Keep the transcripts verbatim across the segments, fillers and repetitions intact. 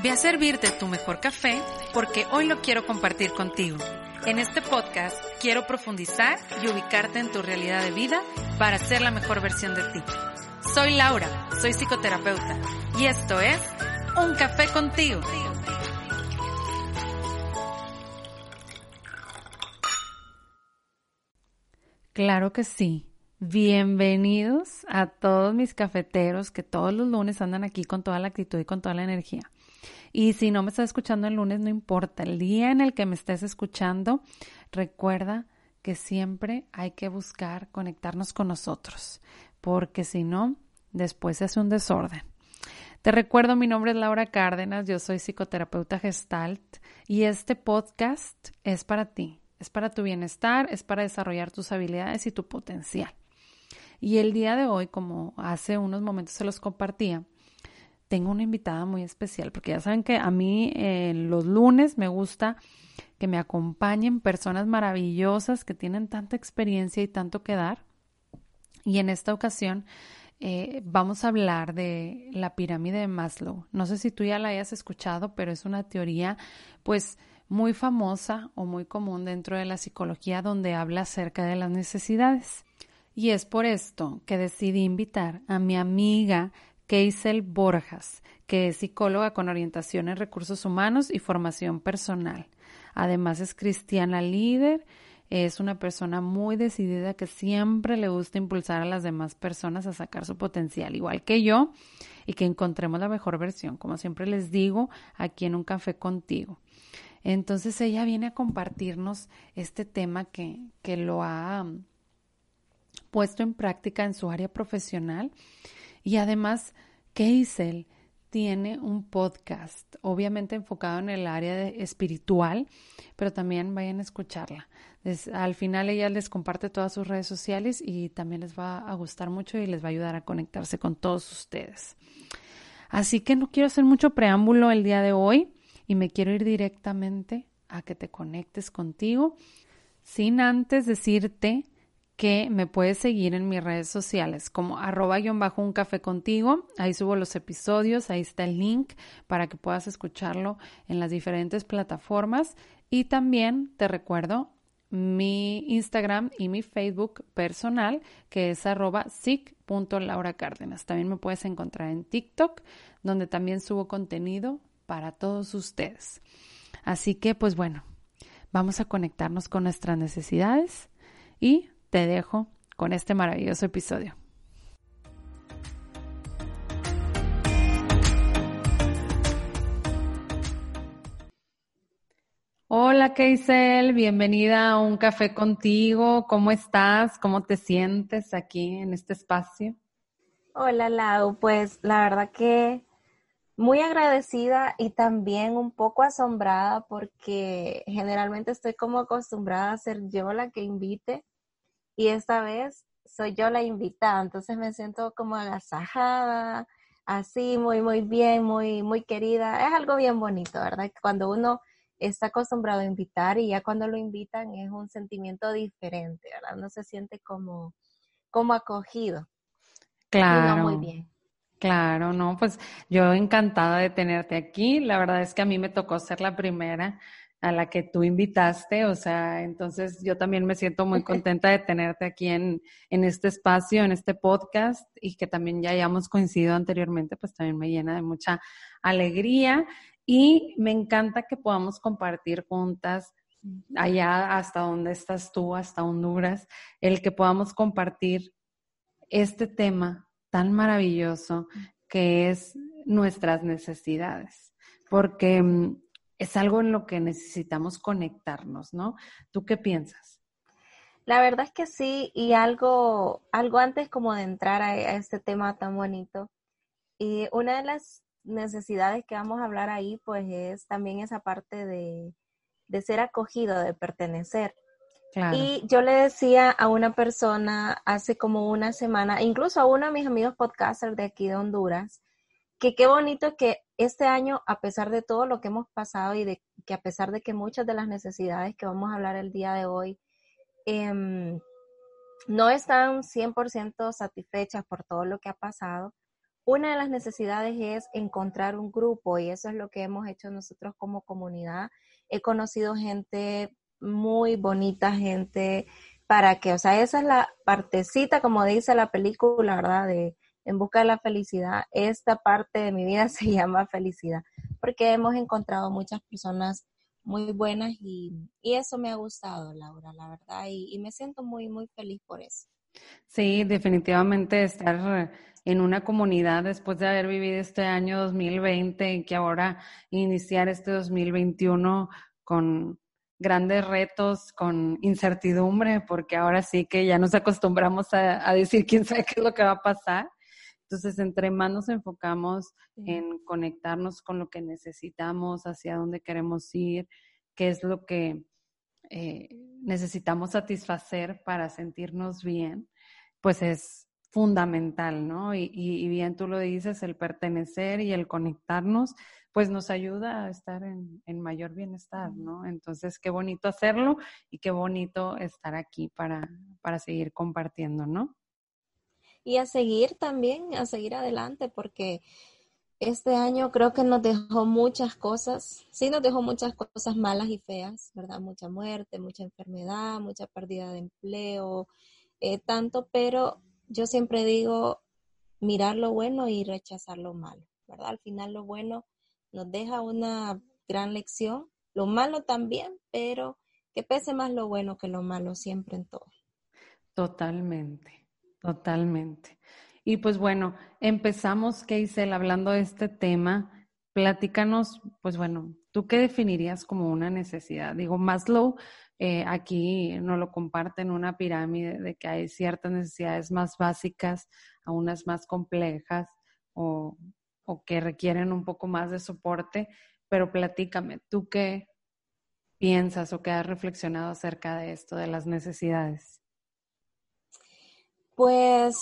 Ve a servirte tu mejor café porque hoy lo quiero compartir contigo. En este podcast quiero profundizar y ubicarte en tu realidad de vida para ser la mejor versión de ti. Soy Laura, soy psicoterapeuta y esto es Un Café Contigo. Claro que sí. Bienvenidos a todos mis cafeteros que todos los lunes andan aquí con toda la actitud y con toda la energía. Y si no me estás escuchando el lunes, no importa. El día en el que me estés escuchando, recuerda que siempre hay que buscar conectarnos con nosotros, porque si no, después se hace un desorden. Te recuerdo, mi nombre es Laura Cárdenas, yo soy psicoterapeuta Gestalt y este podcast es para ti, es para tu bienestar, es para desarrollar tus habilidades y tu potencial. Y el día de hoy, como hace unos momentos se los compartía, tengo una invitada muy especial, porque ya saben que a mí eh, los lunes me gusta que me acompañen personas maravillosas que tienen tanta experiencia y tanto que dar. Y en esta ocasión eh, vamos a hablar de la pirámide de Maslow. No sé si tú ya la hayas escuchado, pero es una teoría pues muy famosa o muy común dentro de la psicología donde habla acerca de las necesidades. Y es por esto que decidí invitar a mi amiga Keisel Borjas, que es psicóloga con orientación en recursos humanos y formación personal. Además es cristiana líder, es una persona muy decidida que siempre le gusta impulsar a las demás personas a sacar su potencial, igual que yo, y que encontremos la mejor versión, como siempre les digo, aquí en Un Café Contigo. Entonces ella viene a compartirnos este tema que, que lo ha um, puesto en práctica en su área profesional. Y además, Keisel tiene un podcast, obviamente enfocado en el área de espiritual, pero también vayan a escucharla. Les, al final ella les comparte todas sus redes sociales y también les va a gustar mucho y les va a ayudar a conectarse con todos ustedes. Así que no quiero hacer mucho preámbulo el día de hoy y me quiero ir directamente a que te conectes contigo, sin antes decirte que me puedes seguir en mis redes sociales como arroba guión bajo un café contigo. Ahí subo los episodios, ahí está el link para que puedas escucharlo en las diferentes plataformas. Y también te recuerdo mi Instagram y mi Facebook personal, que es arroba sic punto laura cárdenas. También me puedes encontrar en TikTok, donde también subo contenido para todos ustedes. Así que, pues bueno, vamos a conectarnos con nuestras necesidades y te dejo con este maravilloso episodio. Hola Keisel, bienvenida a Un Café Contigo. ¿Cómo estás? ¿Cómo te sientes aquí en este espacio? Hola Lau, pues la verdad que muy agradecida y también un poco asombrada porque generalmente estoy como acostumbrada a ser yo la que invite y esta vez soy yo la invitada, entonces me siento como agasajada, así muy muy bien, muy muy querida. Es algo bien bonito, ¿verdad? Cuando uno está acostumbrado a invitar y ya cuando lo invitan es un sentimiento diferente, ¿verdad? Uno se siente como, como acogido y no muy Claro. bien. Claro, no, pues yo encantada de tenerte aquí. La verdad es que a mí me tocó ser la primera a la que tú invitaste, o sea, entonces yo también me siento muy contenta de tenerte aquí en, en este espacio, en este podcast y que también ya hayamos coincidido anteriormente, pues también me llena de mucha alegría y me encanta que podamos compartir juntas allá hasta donde estás tú, hasta Honduras, el que podamos compartir este tema tan maravilloso que es nuestras necesidades, porque um, es algo en lo que necesitamos conectarnos, ¿no? ¿Tú qué piensas? La verdad es que sí, y algo, algo antes como de entrar a, a este tema tan bonito, y una de las necesidades que vamos a hablar ahí, pues es también esa parte de, de ser acogido, de pertenecer. Claro. Y yo le decía a una persona hace como una semana, incluso a uno de mis amigos podcasters de aquí de Honduras, que qué bonito que este año, a pesar de todo lo que hemos pasado y de que a pesar de que muchas de las necesidades que vamos a hablar el día de hoy eh, no están cien por ciento satisfechas por todo lo que ha pasado, una de las necesidades es encontrar un grupo y eso es lo que hemos hecho nosotros como comunidad. He conocido gente muy bonita, gente para que, o sea, esa es la partecita, como dice la película, ¿verdad? De En busca de la felicidad. Esta parte de mi vida se llama felicidad, porque hemos encontrado muchas personas muy buenas y, y eso me ha gustado, Laura, la verdad, y, y me siento muy, muy feliz por eso. Sí, definitivamente estar en una comunidad después de haber vivido este año dos mil veinte y que ahora iniciar este dos mil veintiuno con grandes retos, con incertidumbre, porque ahora sí que ya nos acostumbramos a, a decir quién sabe qué es lo que va a pasar. Entonces, entre más nos enfocamos Sí. en conectarnos con lo que necesitamos, hacia dónde queremos ir, qué es lo que eh, necesitamos satisfacer para sentirnos bien, pues es fundamental, ¿no? Y, y, y bien tú lo dices, el pertenecer y el conectarnos, pues nos ayuda a estar en, en mayor bienestar, ¿no? Entonces, qué bonito hacerlo y qué bonito estar aquí para, para seguir compartiendo, ¿no? Y a seguir también, a seguir adelante, porque este año creo que nos dejó muchas cosas, sí nos dejó muchas cosas malas y feas, ¿verdad? Mucha muerte, mucha enfermedad, mucha pérdida de empleo, eh, tanto, pero yo siempre digo mirar lo bueno y rechazar lo malo, ¿verdad? Al final lo bueno nos deja una gran lección, lo malo también, pero que pese más lo bueno que lo malo siempre en todo. Totalmente, totalmente. Y pues bueno, empezamos, Keisel, hablando de este tema. Platícanos, pues bueno, ¿tú qué definirías como una necesidad? Digo, Maslow eh, aquí nos lo comparte en una pirámide de que hay ciertas necesidades más básicas a unas más complejas o, o que requieren un poco más de soporte, pero platícame, ¿tú qué piensas o qué has reflexionado acerca de esto, de las necesidades? Pues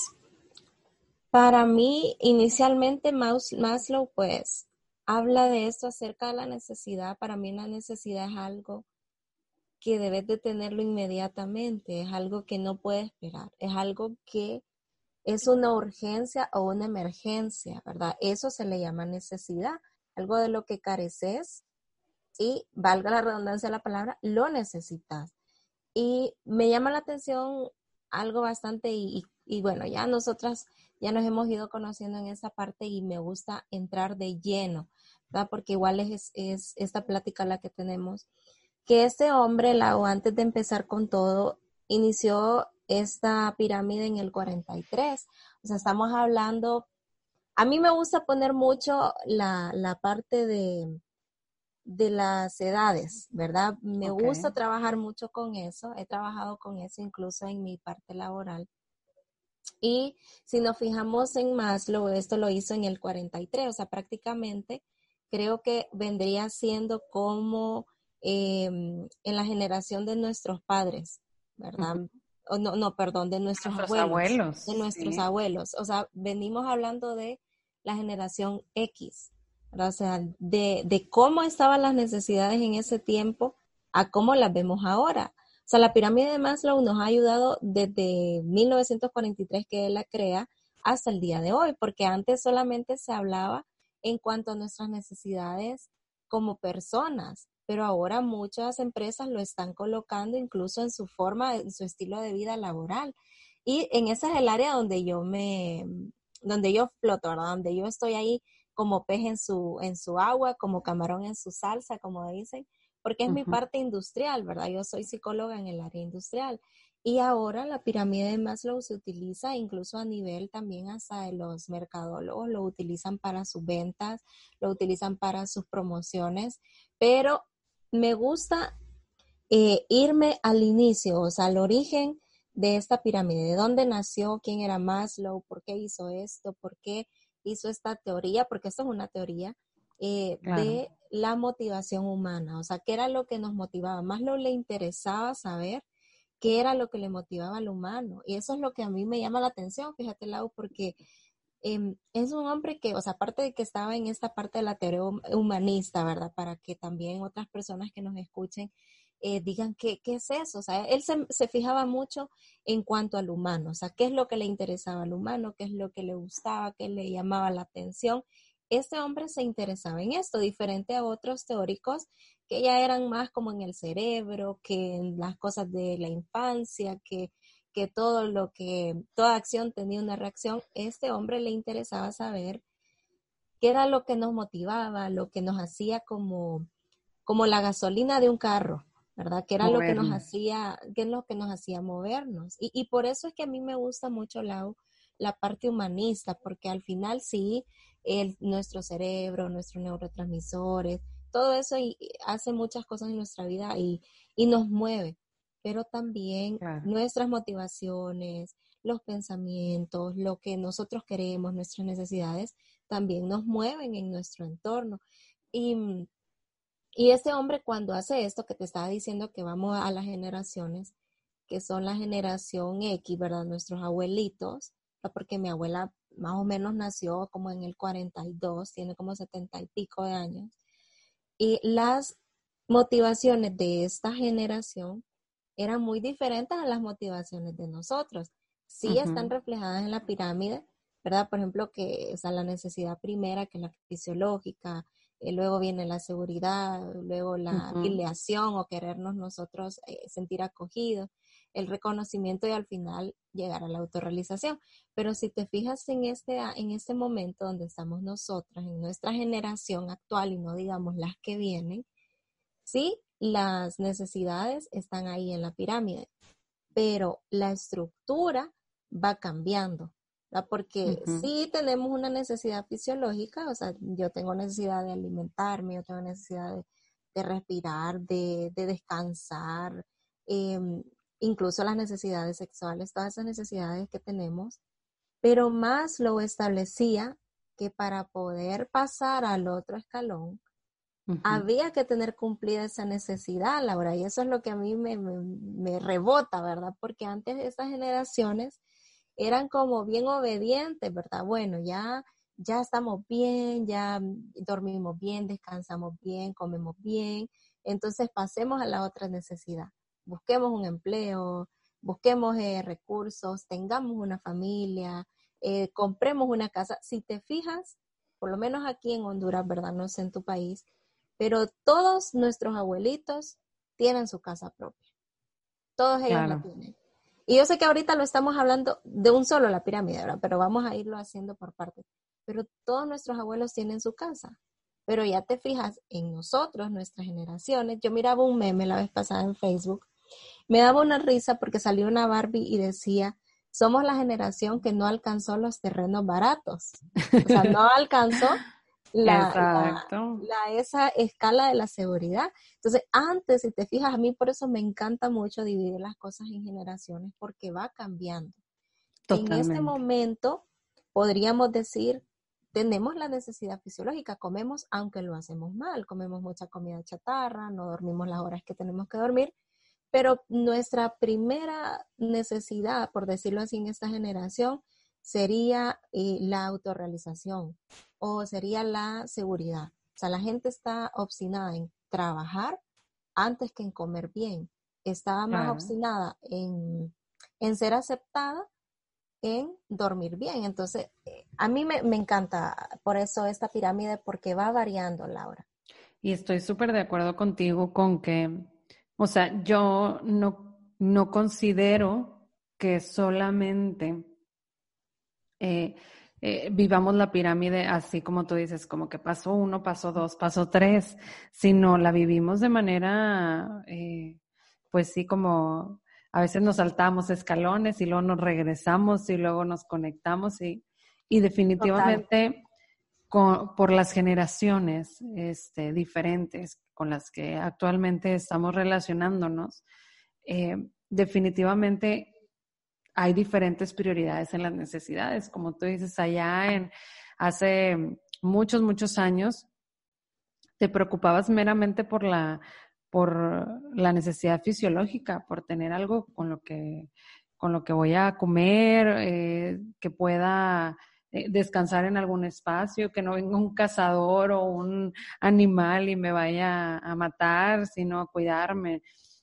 para mí, inicialmente Maus- Maslow, pues, habla de esto acerca de la necesidad. Para mí la necesidad es algo que debes de tenerlo inmediatamente, es algo que no puede esperar, es algo que es una urgencia o una emergencia, ¿verdad? Eso se le llama necesidad, algo de lo que careces y, valga la redundancia de la palabra, lo necesitas. Y me llama la atención algo bastante y, y, y bueno, ya nosotras ya nos hemos ido conociendo en esa parte y me gusta entrar de lleno, ¿verdad? Porque igual es, es esta plática la que tenemos, que este hombre, Lau, antes de empezar con todo, inició esta pirámide en el cuarenta y tres. O sea, estamos hablando, a mí me gusta poner mucho la, la parte de de las edades, ¿verdad? Me Ok. gusta trabajar mucho con eso, he trabajado con eso incluso en mi parte laboral. Y si nos fijamos en Maslow, esto lo hizo en el cuarenta y tres, o sea, prácticamente creo que vendría siendo como eh, en la generación de nuestros padres, ¿verdad? Ujú. O no, no, perdón, de nuestros Nuestros abuelos, de abuelos, nuestros sí. abuelos. O sea, venimos hablando de la generación X, ¿verdad? O sea, de, de cómo estaban las necesidades en ese tiempo a cómo las vemos ahora. O sea, la pirámide de Maslow nos ha ayudado desde mil novecientos cuarenta y tres que él la crea hasta el día de hoy, porque antes solamente se hablaba en cuanto a nuestras necesidades como personas, pero ahora muchas empresas lo están colocando incluso en su forma, en su estilo de vida laboral. Y en esa es el área donde yo me, donde yo floto, ¿verdad? Donde yo estoy ahí como pez en su, en su agua, como camarón en su salsa, como dicen, porque es mi Ujú. parte industrial, ¿verdad? Yo soy psicóloga en el área industrial. Y ahora la pirámide de Maslow se utiliza incluso a nivel también hasta de los mercadólogos, lo utilizan para sus ventas, lo utilizan para sus promociones, pero me gusta eh, irme al inicio, o sea, al origen de esta pirámide, de dónde nació, quién era Maslow, por qué hizo esto, por qué hizo esta teoría, porque esto es una teoría eh, Claro. de la motivación humana, o sea, qué era lo que nos motivaba. Maslow le interesaba saber qué era lo que le motivaba al humano, y eso es lo que a mí me llama la atención, fíjate, Lau, porque eh, es un hombre que, o sea, aparte de que estaba en esta parte de la teoría humanista, ¿verdad? Para que también otras personas que nos escuchen eh, digan qué, qué es eso. O sea, él se, se fijaba mucho en cuanto al humano, o sea, qué es lo que le interesaba al humano, qué es lo que le gustaba, qué le llamaba la atención. Este hombre se interesaba en esto, diferente a otros teóricos que ya eran más como en el cerebro, que en las cosas de la infancia, que, que todo lo que, toda acción tenía una reacción. Este hombre le interesaba saber qué era lo que nos motivaba, lo que nos hacía como, como la gasolina de un carro, ¿verdad? Que era lo que nos Movernos. hacía, qué es lo que nos hacía movernos. Y, y por eso es que a mí me gusta mucho la, la parte humanista, porque al final sí, el, nuestro cerebro, nuestros neurotransmisores, todo eso y, y hace muchas cosas en nuestra vida y, y nos mueve, pero también Claro. nuestras motivaciones, los pensamientos, lo que nosotros queremos, nuestras necesidades, también nos mueven en nuestro entorno. Y y este hombre cuando hace esto que te estaba diciendo que vamos a las generaciones, que son la generación X, ¿verdad? Nuestros abuelitos, porque mi abuela más o menos nació como en el cuarenta y dos, tiene como setenta y pico de años. Y las motivaciones de esta generación eran muy diferentes a las motivaciones de nosotros. Sí están Ujú, reflejadas en la pirámide, ¿verdad? Por ejemplo, que es la necesidad primera, que es la fisiológica, eh, luego viene la seguridad, luego la ujú. afiliación o querernos nosotros eh, sentir acogidos, el reconocimiento y al final llegar a la autorrealización. Pero si te fijas en este, en este momento donde estamos nosotras, en nuestra generación actual y no digamos las que vienen, sí, las necesidades están ahí en la pirámide, pero la estructura va cambiando, ¿verdad? Porque Ujú. sí tenemos una necesidad fisiológica, o sea, yo tengo necesidad de alimentarme, yo tengo necesidad de, de respirar, de, de descansar, eh, incluso las necesidades sexuales, todas esas necesidades que tenemos, pero Maslow establecía que para poder pasar al otro escalón, Ujú. había que tener cumplida esa necesidad, Laura, y eso es lo que a mí me, me, me rebota, ¿verdad? Porque antes estas generaciones eran como bien obedientes, ¿verdad? Bueno, ya, ya estamos bien, ya dormimos bien, descansamos bien, comemos bien, entonces pasemos a la otra necesidad. Busquemos un empleo, busquemos eh, recursos, tengamos una familia, eh, compremos una casa. Si te fijas, por lo menos aquí en Honduras, ¿verdad? No sé en tu país, pero todos nuestros abuelitos tienen su casa propia. Todos ellos la Claro. tienen. Y yo sé que ahorita lo estamos hablando de un solo la pirámide, ¿verdad? Pero vamos a irlo haciendo por partes. Pero todos nuestros abuelos tienen su casa. Pero ya te fijas en nosotros, nuestras generaciones. Yo miraba un meme la vez pasada en Facebook. Me daba una risa porque salió una Barbie y decía, somos la generación que no alcanzó los terrenos baratos. O sea, no alcanzó la, la, Exacto. la, esa escala de la seguridad. Entonces, antes, si te fijas, a mí por eso me encanta mucho dividir las cosas en generaciones porque va cambiando. En este Totalmente. momento, podríamos decir, tenemos la necesidad fisiológica, comemos aunque lo hacemos mal, comemos mucha comida chatarra, no dormimos las horas que tenemos que dormir, pero nuestra primera necesidad, por decirlo así, en esta generación, sería eh, la autorrealización o sería la seguridad. O sea, la gente está obstinada en trabajar antes que en comer bien. Estaba más Claro. obstinada en, en ser aceptada en dormir bien. Entonces, eh, a mí me, me encanta por eso esta pirámide porque va variando, Laura. Y estoy súper de acuerdo contigo con que, o sea, yo no, no considero que solamente eh, eh, vivamos la pirámide así como tú dices, como que paso uno, paso dos, paso tres, sino la vivimos de manera, eh, pues sí, como a veces nos saltamos escalones y luego nos regresamos y luego nos conectamos y, y Total. definitivamente con- por las generaciones este, diferentes con las que actualmente estamos relacionándonos, eh, definitivamente hay diferentes prioridades en las necesidades. Como tú dices, allá en hace muchos, muchos años, te preocupabas meramente por la, por la necesidad fisiológica, por tener algo con lo que, con lo que voy a comer, eh, que pueda eh, descansar en algún espacio, que no venga un cazador o un animal y me vaya a matar, sino a cuidarme.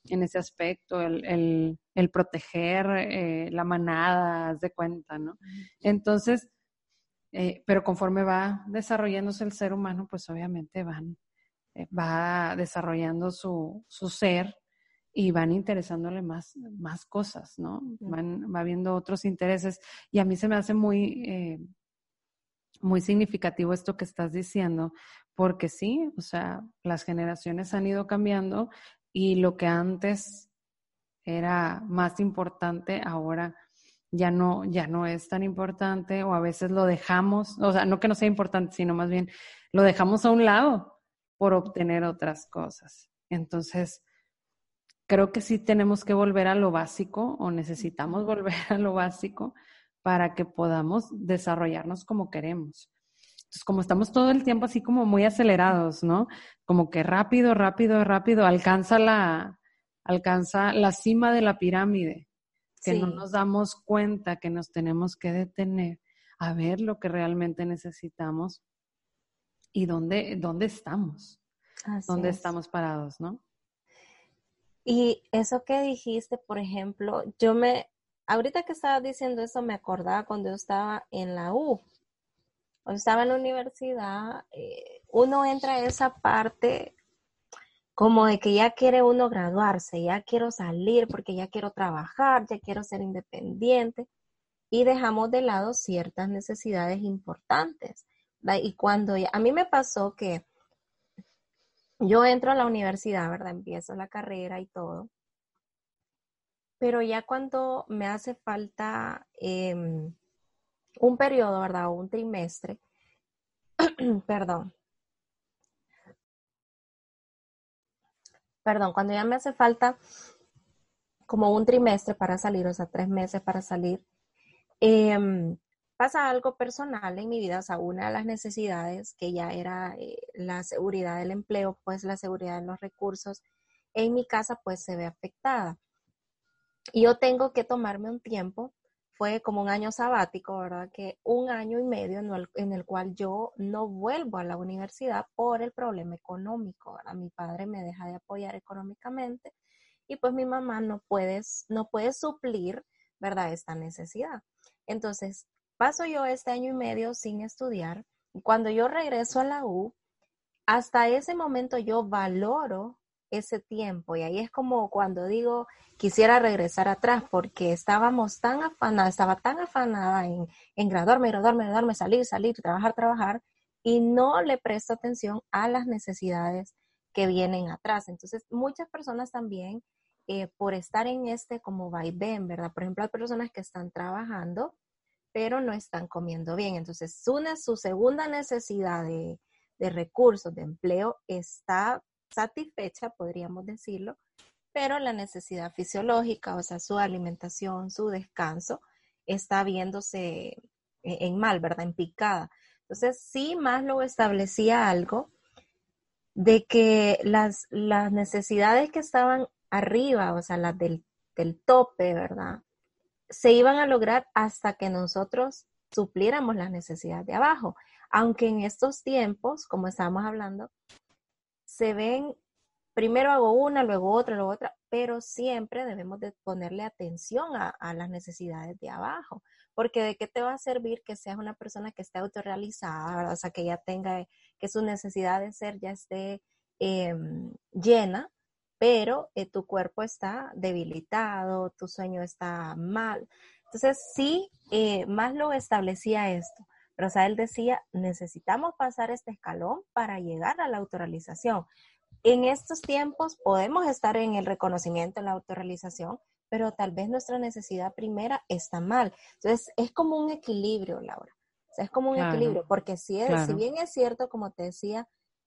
en ese aspecto, el, el, el proteger eh, la manada, haz de cuenta, ¿no? Entonces, eh, pero conforme va desarrollándose el ser humano, pues obviamente van, eh, va desarrollando su, su ser y van interesándole más, más cosas, ¿no? Van, va viendo otros intereses y a mí se me hace muy, eh, muy significativo esto que estás diciendo, porque sí, o sea, las generaciones han ido cambiando y lo que antes era más importante, ahora ya no, ya no es tan importante o a veces lo dejamos, o sea, no que no sea importante, sino más bien lo dejamos a un lado por obtener otras cosas. Entonces, creo que sí tenemos que volver a lo básico o necesitamos volver a lo básico para que podamos desarrollarnos como queremos. Entonces, como estamos todo el tiempo así como muy acelerados, ¿no? Como que rápido, rápido, rápido, alcanza la, alcanza la cima de la pirámide, que sí. No nos damos cuenta que nos tenemos que detener a ver lo que realmente necesitamos y dónde, dónde estamos, así dónde es. Estamos parados, ¿no? Y eso que dijiste, por ejemplo, yo me, ahorita que estabas diciendo eso, me acordaba cuando yo estaba en la U. Cuando estaba en la universidad, eh, uno entra a esa parte como de que ya quiere uno graduarse, ya quiero salir porque ya quiero trabajar, ya quiero ser independiente y dejamos de lado ciertas necesidades importantes. Y cuando ya, a mí me pasó que yo entro a la universidad, ¿verdad? Empiezo la carrera y todo, pero ya cuando me hace falta eh, un periodo, ¿verdad? O un trimestre, perdón, perdón, cuando ya me hace falta como un trimestre para salir, o sea, tres meses para salir, eh, pasa algo personal en mi vida, o sea, una de las necesidades que ya era eh, la seguridad del empleo, pues la seguridad de los recursos en mi casa, pues se ve afectada. Y yo tengo que tomarme un tiempo, fue como un año sabático, ¿verdad? Que un año y medio en el, en el cual yo no vuelvo a la universidad por el problema económico, ¿verdad? Mi padre me deja de apoyar económicamente y pues mi mamá no puede, no puede suplir, ¿verdad? Esta necesidad. Entonces, paso yo este año y medio sin estudiar y cuando yo regreso a la U, hasta ese momento yo valoro ese tiempo y ahí es como cuando digo quisiera regresar atrás porque estábamos tan afanadas, estaba tan afanada en, en graduarme, graduarme, graduarme, salir, salir, trabajar, trabajar y no le presto atención a las necesidades que vienen atrás. Entonces muchas personas también eh, por estar en este como vaivén, ¿verdad? Por ejemplo, hay personas que están trabajando pero no están comiendo bien. Entonces su, su segunda necesidad de de recursos, de empleo, está satisfecha, podríamos decirlo, pero la necesidad fisiológica, o sea, su alimentación, su descanso, está viéndose en mal, ¿verdad? En picada. Entonces, sí, Maslow establecía algo de que las, las necesidades que estaban arriba, o sea, las del, del tope, ¿verdad? Se iban a lograr hasta que nosotros supliéramos las necesidades de abajo. Aunque en estos tiempos, como estábamos hablando, se ven, primero hago una, luego otra, luego otra, pero siempre debemos de ponerle atención a, a las necesidades de abajo, porque de qué te va a servir que seas una persona que esté autorrealizada, ¿verdad? O sea, que ya tenga, que su necesidad de ser ya esté eh, llena, pero eh, tu cuerpo está debilitado, tu sueño está mal. Entonces, sí, eh, Maslow establecía esto. Pero, o sea, él decía, necesitamos pasar este escalón para llegar a la autorrealización. En estos tiempos podemos estar en el reconocimiento, en la autorrealización, pero tal vez nuestra necesidad primera está mal. Entonces, es como un equilibrio, Laura. O sea, es como un claro, equilibrio, porque si, es, claro. si bien es cierto, como te decía,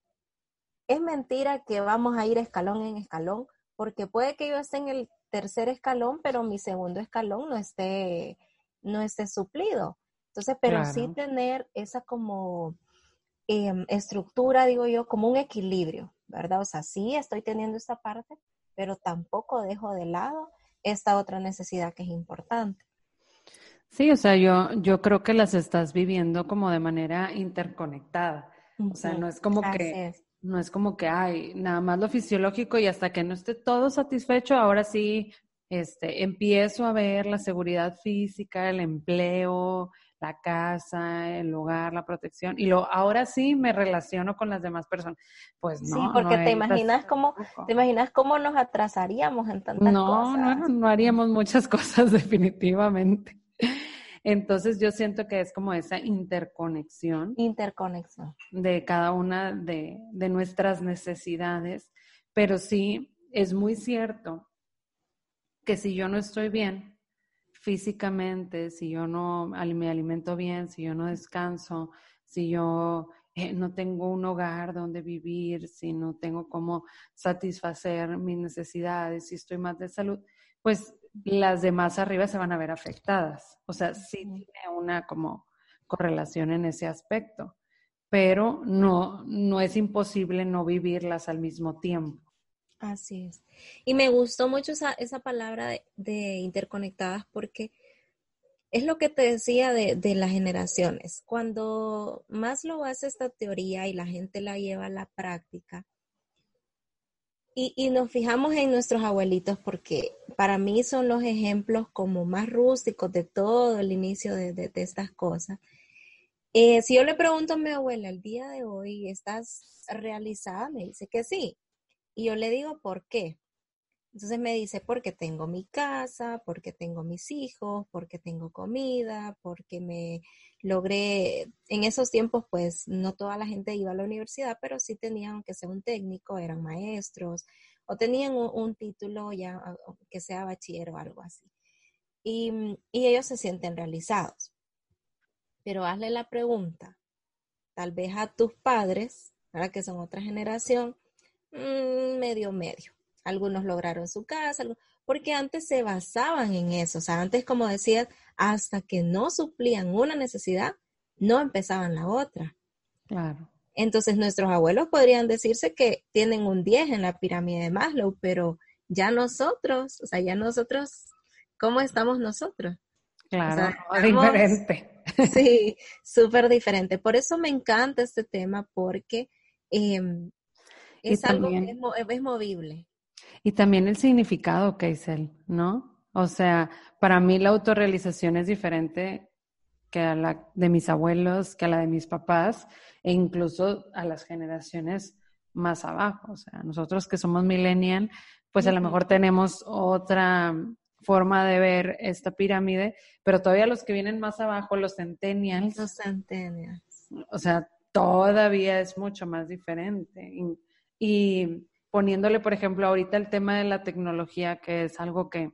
es mentira que vamos a ir escalón en escalón, porque puede que yo esté en el tercer escalón, pero mi segundo escalón no esté, no esté suplido. Entonces, pero claro. sí tener esa como eh, estructura, digo yo, como un equilibrio, ¿verdad? O sea, sí estoy teniendo esta parte, pero tampoco dejo de lado esta otra necesidad que es importante. Sí, o sea, yo, yo creo que las estás viviendo como de manera interconectada. Uh-huh. O sea, no es como Así que es. No es como que hay nada más lo fisiológico y hasta que no esté todo satisfecho, ahora sí, este, empiezo a ver la seguridad física, el empleo, la casa, el hogar, la protección, y lo, ahora sí me relaciono con las demás personas. Pues Sí, no, no porque te es así imaginas cómo, te tampoco. imaginas cómo nos atrasaríamos en tantas No, no, no, cosas. no haríamos muchas cosas definitivamente. Entonces yo siento que es como esa interconexión Interconexión. de cada una de, de nuestras necesidades, pero sí es muy cierto que si yo no estoy bien físicamente, si yo no me alimento bien, si yo no descanso, si yo eh, no tengo un hogar donde vivir, si no tengo cómo satisfacer mis necesidades, si estoy mal de salud, pues las demás arriba se van a ver afectadas. O sea, sí tiene una como correlación en ese aspecto, pero no, no es imposible no vivirlas al mismo tiempo. Así es. Y me gustó mucho esa, esa palabra de, de interconectadas porque es lo que te decía de, de las generaciones. Cuando Maslow hace esta teoría y la gente la lleva a la práctica, y, y nos fijamos en nuestros abuelitos porque para mí son los ejemplos como más rústicos de todo el inicio de, de, de estas cosas. Eh, si yo le pregunto a mi abuela el día de hoy, ¿estás realizada? Me dice que sí. Y yo le digo, ¿por qué? Entonces me dice, porque tengo mi casa, porque tengo mis hijos, porque tengo comida, porque me logré, en esos tiempos pues no toda la gente iba a la universidad, pero sí tenían que ser un técnico, eran maestros, o tenían un, un título ya que sea bachiller o algo así. Y, y ellos se sienten realizados. Pero hazle la pregunta, tal vez a tus padres, ¿verdad? Que son otra generación, mmm, medio medio. Algunos lograron su casa, porque antes se basaban en eso. O sea, antes, como decías, hasta que no suplían una necesidad, no empezaban la otra. Claro. Entonces, nuestros abuelos podrían decirse que tienen un diez en la pirámide de Maslow, pero ya nosotros, o sea, ya nosotros, ¿cómo estamos nosotros? O Claro, sea, no, estamos, diferente. sí, súper diferente. Por eso me encanta este tema, porque eh, Y es algo que es, también, mo es movible. y también el significado, Keisel, ¿no? O sea, para mí la autorrealización es diferente que a la de mis abuelos, que a la de mis papás, e incluso a las generaciones más abajo. O sea, nosotros que somos millennial, pues a lo Uh-huh. mejor tenemos otra forma de ver esta pirámide, pero todavía los que vienen más abajo, los centennials, Los centennials. o sea, todavía es mucho más diferente. Y, y poniéndole, por ejemplo, ahorita el tema de la tecnología, que es algo que,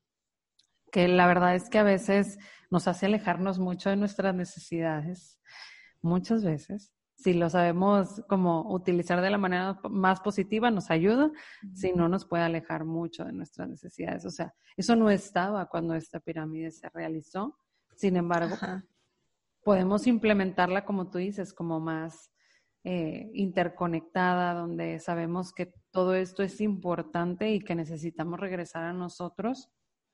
que la verdad es que a veces nos hace alejarnos mucho de nuestras necesidades, muchas veces. Si lo sabemos como utilizar de la manera más positiva, nos ayuda, si no, nos puede alejar mucho de nuestras necesidades. O sea, eso no estaba cuando esta pirámide se realizó. Sin embargo, Ajá. podemos implementarla, como tú dices, como más eh, interconectada, donde sabemos que todo esto es importante y que necesitamos regresar a nosotros,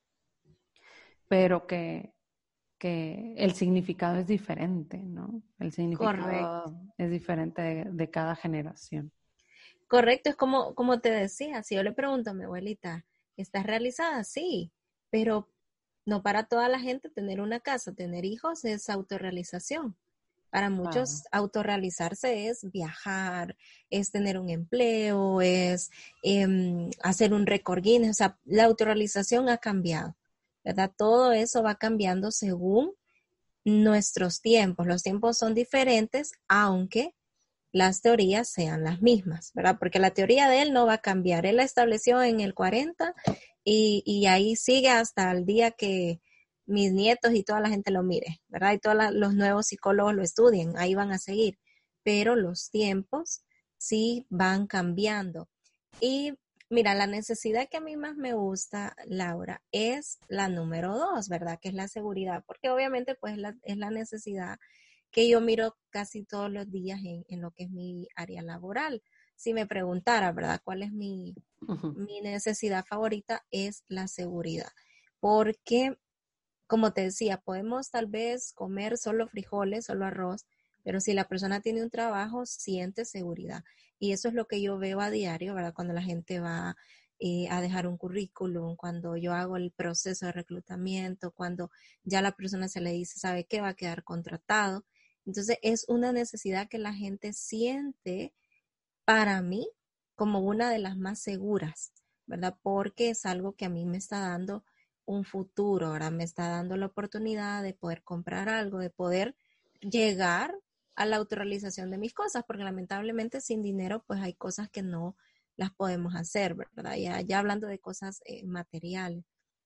pero que, que el significado es diferente, ¿no? El Correcto. significado es diferente de, de cada generación. Correcto, es como, como te decía, si yo le pregunto a mi abuelita, ¿estás realizada? Sí, pero no para toda la gente tener una casa, tener hijos es autorrealización. Para muchos, Claro. autorrealizarse es viajar, es tener un empleo, es eh, hacer un récord Guinness. O sea, la autorrealización ha cambiado, ¿verdad? Todo eso va cambiando según nuestros tiempos. Los tiempos son diferentes, aunque las teorías sean las mismas, ¿verdad? Porque la teoría de él no va a cambiar. Él la estableció en el cuarenta y, y ahí sigue hasta el día que mis nietos y toda la gente lo mire, ¿verdad? Y todos la, los nuevos psicólogos lo estudien, ahí van a seguir. Pero los tiempos sí van cambiando. Y mira, la necesidad que a mí más me gusta, Laura, es la número dos, ¿verdad? Que es la seguridad, porque obviamente pues la, es la necesidad que yo miro casi todos los días en, en lo que es mi área laboral. Si me preguntara, ¿verdad? ¿Cuál es mi, Uh-huh. mi necesidad favorita? Es la seguridad. Porque, como te decía, podemos tal vez comer solo frijoles, solo arroz, Pero si la persona tiene un trabajo, siente seguridad. Y eso es lo que yo veo a diario, ¿verdad? Cuando la gente va eh, a dejar un currículum, cuando yo hago el proceso de reclutamiento, cuando ya la persona se le dice, ¿sabe qué? Va a quedar contratado. Entonces es una necesidad que la gente siente para mí como una de las más seguras, ¿verdad? Porque es algo que a mí me está dando un futuro, ¿verdad? Me está dando la oportunidad de poder comprar algo, de poder llegar a la autorrealización de mis cosas, porque lamentablemente sin dinero pues hay cosas que no las podemos hacer, ¿verdad? Ya, ya hablando de cosas eh, materiales.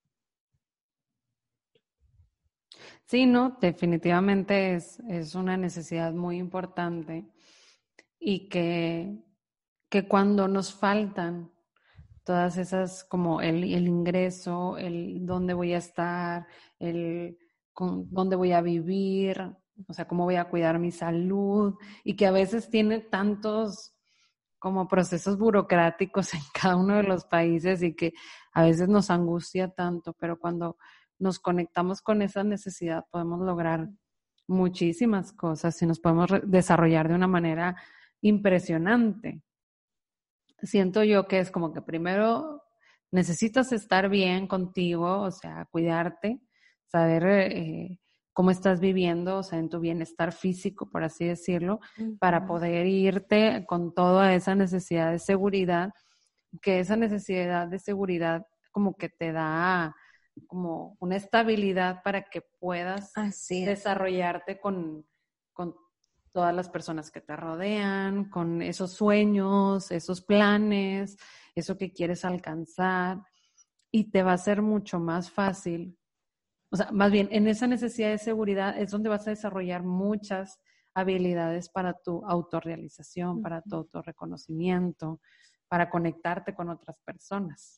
Sí, no, definitivamente es, es una necesidad muy importante y que, que cuando nos faltan todas esas, como el, el ingreso, el dónde voy a estar, el con, dónde voy a vivir, o sea, cómo voy a cuidar mi salud, y que a veces tiene tantos como procesos burocráticos en cada uno de los países y que a veces nos angustia tanto, pero cuando nos conectamos con esa necesidad podemos lograr muchísimas cosas y nos podemos desarrollar de una manera impresionante. Siento yo que es como que primero necesitas estar bien contigo, o sea, cuidarte, saber eh, cómo estás viviendo, o sea, en tu bienestar físico, por así decirlo, para Uh-huh. poder irte con toda esa necesidad de seguridad, que esa necesidad de seguridad como que te da como una estabilidad para que puedas Así es. desarrollarte con, con todas las personas que te rodean, con esos sueños, esos planes, eso que quieres alcanzar, y te va a ser mucho más fácil. O sea, más bien, en esa necesidad de seguridad es donde vas a desarrollar muchas habilidades para tu autorrealización, para tu autorreconocimiento, para conectarte con otras personas.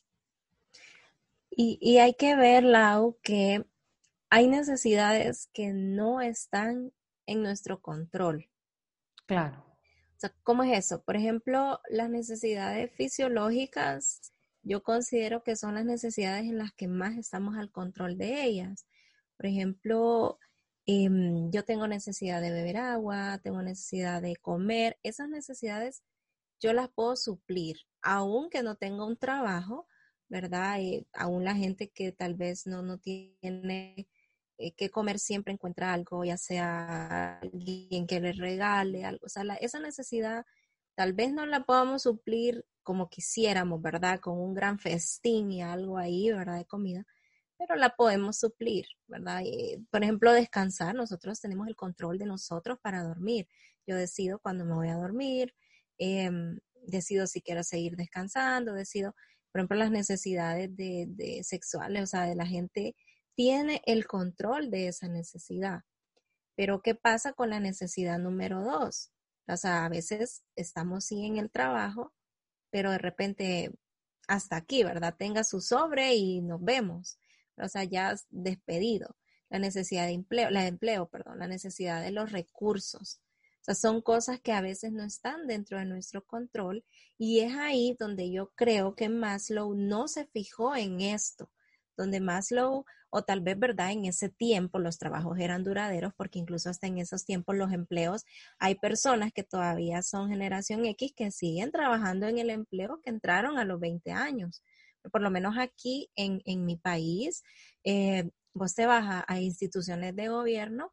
Y, y hay que ver, Lau, que hay necesidades que no están en nuestro control. Claro. O sea, ¿cómo es eso? Por ejemplo, las necesidades fisiológicas, yo considero que son las necesidades en las que más estamos al control de ellas. Por ejemplo, eh, yo tengo necesidad de beber agua, tengo necesidad de comer. Esas necesidades yo las puedo suplir, aunque no tenga un trabajo, ¿verdad? Eh, aún la gente que tal vez no, no tiene eh, que comer siempre encuentra algo, ya sea alguien que le regale algo. O sea, la, esa necesidad tal vez no la podamos suplir como quisiéramos, ¿verdad? Con un gran festín y algo ahí, ¿verdad? De comida, pero la podemos suplir, ¿verdad? Y, por ejemplo, descansar. Nosotros tenemos el control de nosotros para dormir. Yo decido cuándo me voy a dormir, eh, decido si quiero seguir descansando, decido, por ejemplo, las necesidades de, de sexuales, o sea, de la gente tiene el control de esa necesidad. Pero ¿qué pasa con la necesidad número dos? O sea, a veces estamos sí en el trabajo, pero de repente hasta aquí, ¿verdad? Tenga su sobre y nos vemos. O sea, ya despedido. La necesidad de empleo, la de empleo, perdón, la necesidad de los recursos. O sea, son cosas que a veces no están dentro de nuestro control y es ahí donde yo creo que Maslow no se fijó en esto, donde Maslow, o tal vez, ¿verdad? En ese tiempo los trabajos eran duraderos porque incluso hasta en esos tiempos los empleos, hay personas que todavía son generación X que siguen trabajando en el empleo que entraron a los veinte años. Por lo menos aquí en, en mi país, eh, vos te vas a, a instituciones de gobierno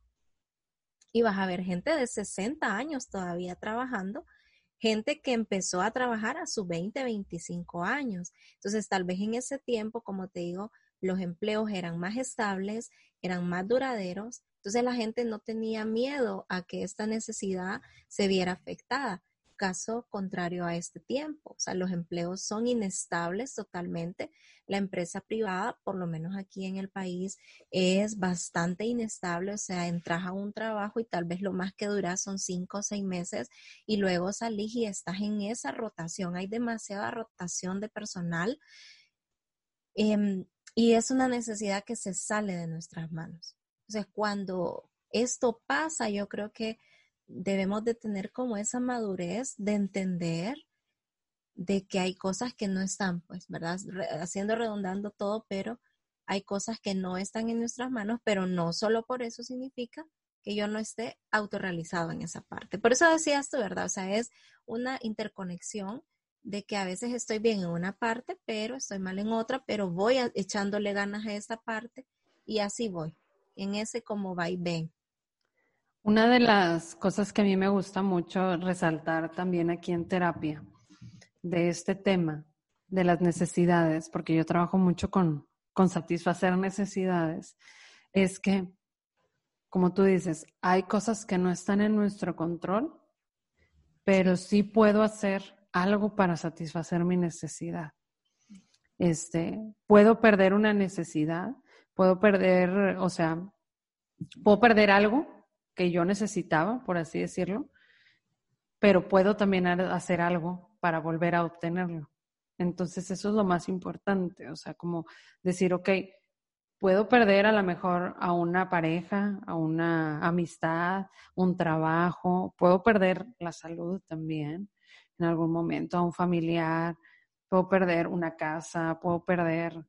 y vas a ver gente de sesenta años todavía trabajando, gente que empezó a trabajar a sus veinte, veinticinco años. Entonces, tal vez en ese tiempo, como te digo, los empleos eran más estables, eran más duraderos. Entonces, la gente no tenía miedo a que esta necesidad se viera afectada. Caso contrario a este tiempo, o sea, los empleos son inestables totalmente. La empresa privada, por lo menos aquí en el país, es bastante inestable, o sea, entras a un trabajo y tal vez lo más que dura son cinco o seis meses y luego salís y estás en esa rotación. Hay demasiada rotación de personal eh, y es una necesidad que se sale de nuestras manos. Entonces, cuando esto pasa, yo creo que debemos de tener como esa madurez de entender de que hay cosas que no están, pues, ¿verdad? Re- haciendo redundando todo, pero hay cosas que no están en nuestras manos, pero no solo por eso significa que yo no esté autorrealizado en esa parte. Por eso decías tú, ¿verdad? O sea, es una interconexión de que a veces estoy bien en una parte, pero estoy mal en otra, pero voy a, echándole ganas a esta parte y así voy, en ese como va y ven. Una de las cosas que a mí me gusta mucho resaltar también aquí en terapia de este tema, de las necesidades, porque yo trabajo mucho con, con satisfacer necesidades, es que, como tú dices, hay cosas que no están en nuestro control, pero sí, sí puedo hacer algo para satisfacer mi necesidad. Este, puedo perder una necesidad, puedo perder, o sea, puedo perder algo que yo necesitaba, por así decirlo, pero puedo también hacer algo para volver a obtenerlo. Entonces eso es lo más importante, o sea, como decir, ok, puedo perder a lo mejor a una pareja, a una amistad, un trabajo, puedo perder la salud también en algún momento, a un familiar, puedo perder una casa, puedo perder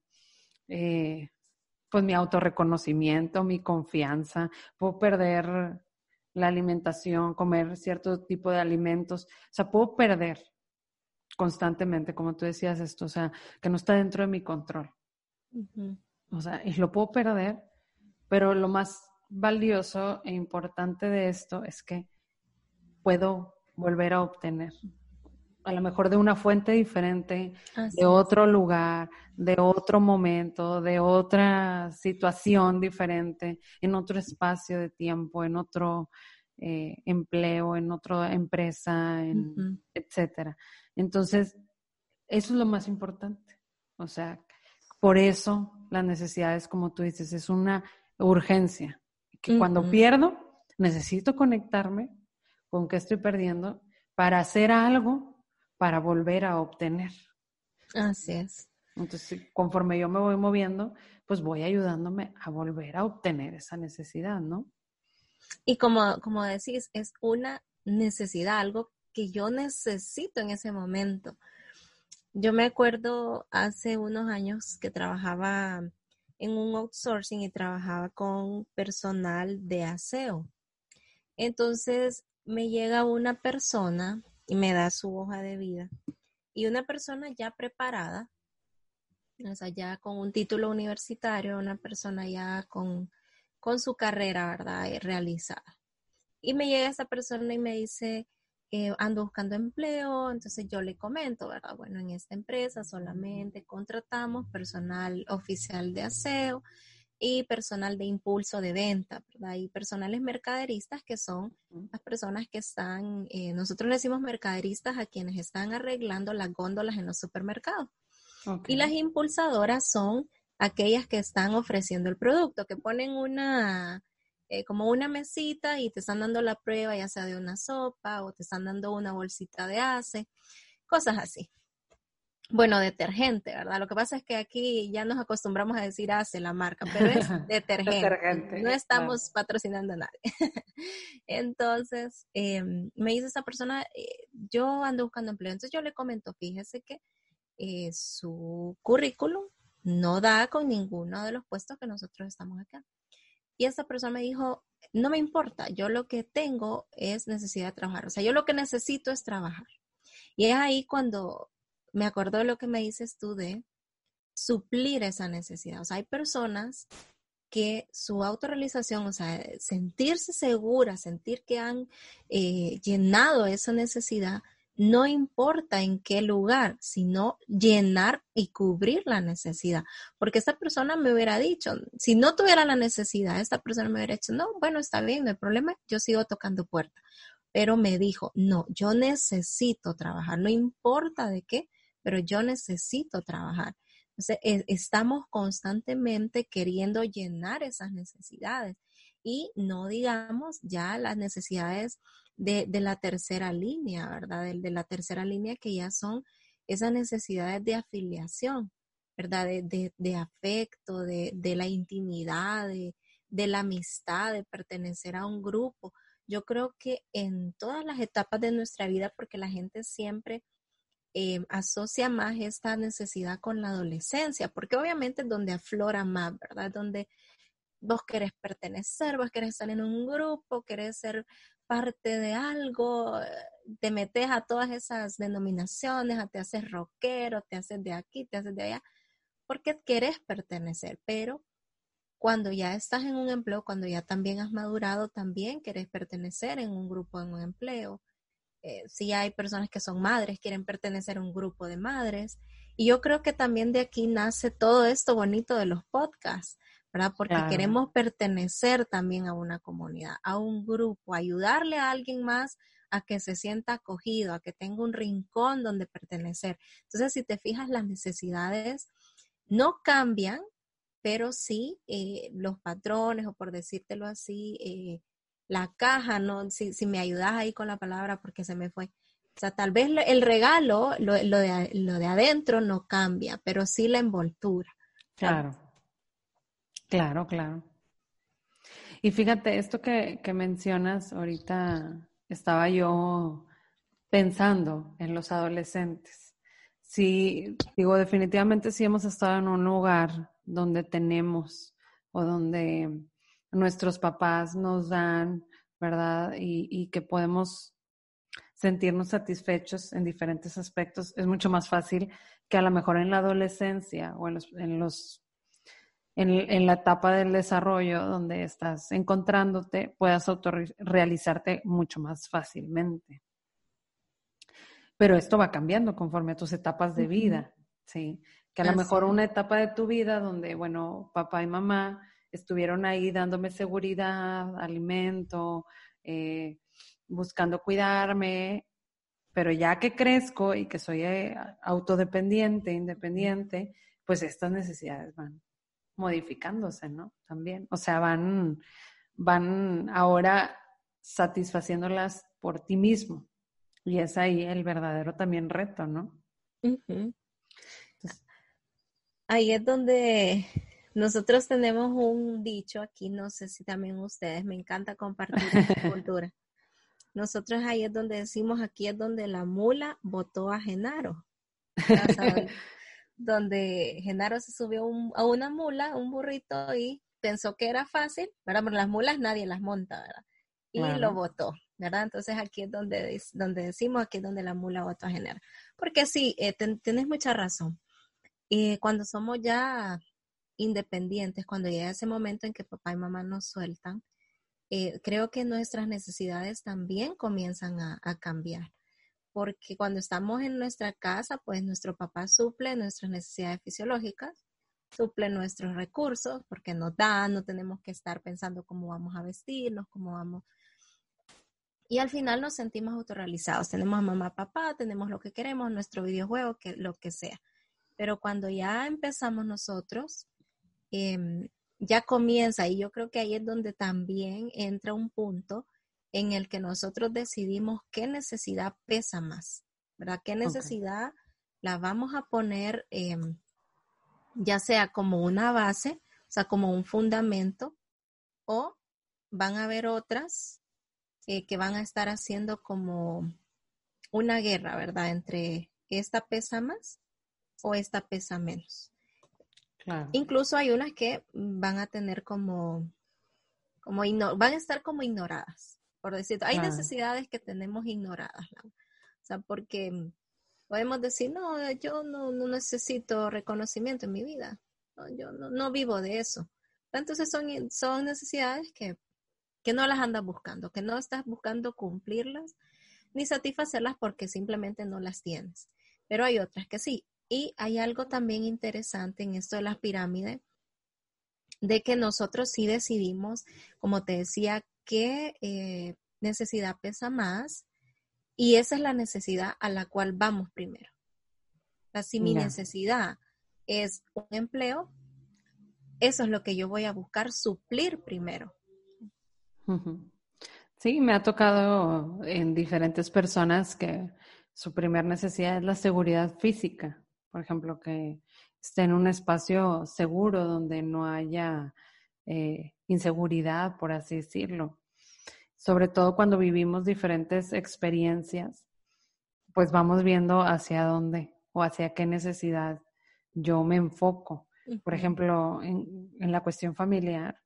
eh, pues mi autorreconocimiento, mi confianza, puedo perder la alimentación, comer cierto tipo de alimentos, o sea, puedo perder constantemente, como tú decías esto, o sea, que no está dentro de mi control. Uh-huh. O sea, y lo puedo perder, pero lo más valioso e importante de esto es que puedo volver a obtener, a lo mejor de una fuente diferente, Así de otro es. lugar, de otro momento, de otra situación diferente, en otro espacio de tiempo, en otro eh, empleo, en otra empresa, en, uh-huh. etcétera. Entonces, eso es lo más importante. O sea, por eso las necesidades, como tú dices, es una urgencia. Que uh-huh. cuando pierdo, necesito conectarme con qué estoy perdiendo para hacer algo para volver a obtener. Así es. Entonces, conforme yo me voy moviendo, pues voy ayudándome a volver a obtener esa necesidad, ¿no? Y como, como decís, es una necesidad, algo que yo necesito en ese momento. Yo me acuerdo hace unos años que trabajaba en un outsourcing y trabajaba con personal de aseo. Entonces me llega una persona y me da su hoja de vida. Y una persona ya preparada, o sea, ya con un título universitario, una persona ya con, con su carrera, ¿verdad?, realizada. Y me llega esa persona y me dice, eh, ando buscando empleo, entonces yo le comento, ¿verdad? Bueno, en esta empresa solamente contratamos personal oficial de aseo y personal de impulso de venta, ¿verdad? Y personales mercaderistas que son las personas que están, eh, nosotros le decimos mercaderistas a quienes están arreglando las góndolas en los supermercados. Okay. Y las impulsadoras son aquellas que están ofreciendo el producto, que ponen una, eh, como una mesita y te están dando la prueba, ya sea de una sopa o te están dando una bolsita de ace, cosas así. Bueno, detergente, ¿verdad? Lo que pasa es que aquí ya nos acostumbramos a decir hace la marca, pero es detergente. detergente no estamos claro. patrocinando a nadie. Entonces, eh, me dice esta persona, eh, yo ando buscando empleo. Entonces yo le comento, fíjese que eh, su currículum no da con ninguno de los puestos que nosotros estamos acá. Y esta persona me dijo, no me importa, yo lo que tengo es necesidad de trabajar. O sea, yo lo que necesito es trabajar. Y es ahí cuando me acuerdo de lo que me dices tú de suplir esa necesidad. O sea, hay personas que su autorrealización, o sea, sentirse segura, sentir que han eh, llenado esa necesidad, no importa en qué lugar, sino llenar y cubrir la necesidad. Porque esta persona me hubiera dicho, si no tuviera la necesidad, esta persona me hubiera dicho, no, bueno, está bien, no hay problema, yo sigo tocando puertas. Pero me dijo, no, yo necesito trabajar, no importa de qué, pero yo necesito trabajar. Entonces, eh, estamos constantemente queriendo llenar esas necesidades y no digamos ya las necesidades de, de la tercera línea, ¿verdad? De, de la tercera línea que ya son esas necesidades de afiliación, ¿verdad? De, de, de afecto, de, de la intimidad, de, de la amistad, de pertenecer a un grupo. Yo creo que en todas las etapas de nuestra vida, porque la gente siempre eh, asocia más esta necesidad con la adolescencia, porque obviamente es donde aflora más, ¿verdad? Donde vos querés pertenecer, vos querés estar en un grupo, querés ser parte de algo, te metes a todas esas denominaciones, te haces rockero, te haces de aquí, te haces de allá, porque querés pertenecer, pero cuando ya estás en un empleo, cuando ya también has madurado, también querés pertenecer en un grupo, en un empleo. Eh, si hay personas que son madres, quieren pertenecer a un grupo de madres. Y yo creo que también de aquí nace todo esto bonito de los podcasts, ¿verdad? Porque Claro. queremos pertenecer también a una comunidad, a un grupo, ayudarle a alguien más a que se sienta acogido, a que tenga un rincón donde pertenecer. Entonces, si te fijas, las necesidades no cambian, pero sí eh, los patrones, o por decírtelo así, eh, la caja, ¿no? Si, si me ayudas ahí con la palabra porque se me fue. O sea, tal vez el regalo, lo, lo, de, lo de adentro no cambia, pero sí la envoltura. Claro, claro, claro. Y fíjate, esto que, que mencionas ahorita, estaba yo pensando en los adolescentes. Sí, digo, definitivamente sí hemos estado en un lugar donde tenemos o donde nuestros papás nos dan, ¿verdad? Y, y que podemos sentirnos satisfechos en diferentes aspectos. Es mucho más fácil que a lo mejor en la adolescencia o en los, en los en, en la etapa del desarrollo donde estás encontrándote, puedas autorrealizarte mucho más fácilmente. Pero esto va cambiando conforme a tus etapas de vida, ¿sí? Que a lo Así mejor es. una etapa de tu vida donde, bueno, papá y mamá estuvieron ahí dándome seguridad, alimento, eh, buscando cuidarme, pero ya que crezco y que soy eh, autodependiente, independiente, pues estas necesidades van modificándose, ¿no? También, o sea, van, van ahora satisfaciéndolas por ti mismo. Y es ahí el verdadero también reto, ¿no? Uh-huh. Entonces, ahí es donde nosotros tenemos un dicho aquí, no sé si también ustedes, me encanta compartir esta cultura. Nosotros ahí es donde decimos, aquí es donde la mula botó a Genaro. O sea, donde Genaro se subió un, a una mula, un burrito, y pensó que era fácil, ¿verdad? Pero las mulas nadie las monta, ¿verdad? Y claro, lo botó, ¿verdad? Entonces aquí es donde, donde decimos, aquí es donde la mula botó a Genaro. Porque sí, eh, ten, tienes mucha razón. Eh, cuando somos ya independientes, cuando llega ese momento en que papá y mamá nos sueltan, eh, creo que nuestras necesidades también comienzan a, a cambiar. Porque cuando estamos en nuestra casa, pues nuestro papá suple nuestras necesidades fisiológicas, suple nuestros recursos, porque nos da, no tenemos que estar pensando cómo vamos a vestirnos, cómo vamos. Y al final nos sentimos autorrealizados. Tenemos a mamá, papá, tenemos lo que queremos, nuestro videojuego, que, lo que sea. Pero cuando ya empezamos nosotros, eh, ya comienza, y yo creo que ahí es donde también entra un punto en el que nosotros decidimos qué necesidad pesa más, ¿verdad? ¿Qué necesidad okay. la vamos a poner eh, ya sea como una base, o sea, como un fundamento, o van a haber otras eh, que van a estar haciendo como una guerra, ¿verdad? Entre esta pesa más o esta pesa menos. Claro. Incluso hay unas que van a tener como, como igno- van a estar como ignoradas, por decirlo. Hay claro. necesidades que tenemos ignoradas, ¿no? O sea, porque podemos decir, no, yo no, no necesito reconocimiento en mi vida, no, yo no, no vivo de eso. Entonces son, son necesidades que, que no las andas buscando, que no estás buscando cumplirlas ni satisfacerlas porque simplemente no las tienes. Pero hay otras que sí. Y hay algo también interesante en esto de las pirámides, de que nosotros sí decidimos, como te decía, qué eh, necesidad pesa más, y esa es la necesidad a la cual vamos primero. O sea, si mi yeah. necesidad es un empleo, eso es lo que yo voy a buscar suplir primero. Uh-huh. Sí, me ha tocado en diferentes personas que su primera necesidad es la seguridad física. Por ejemplo, que esté en un espacio seguro donde no haya eh, inseguridad, por así decirlo. Sobre todo cuando vivimos diferentes experiencias, pues vamos viendo hacia dónde o hacia qué necesidad yo me enfoco. Uh-huh. Por ejemplo, en, en la cuestión familiar,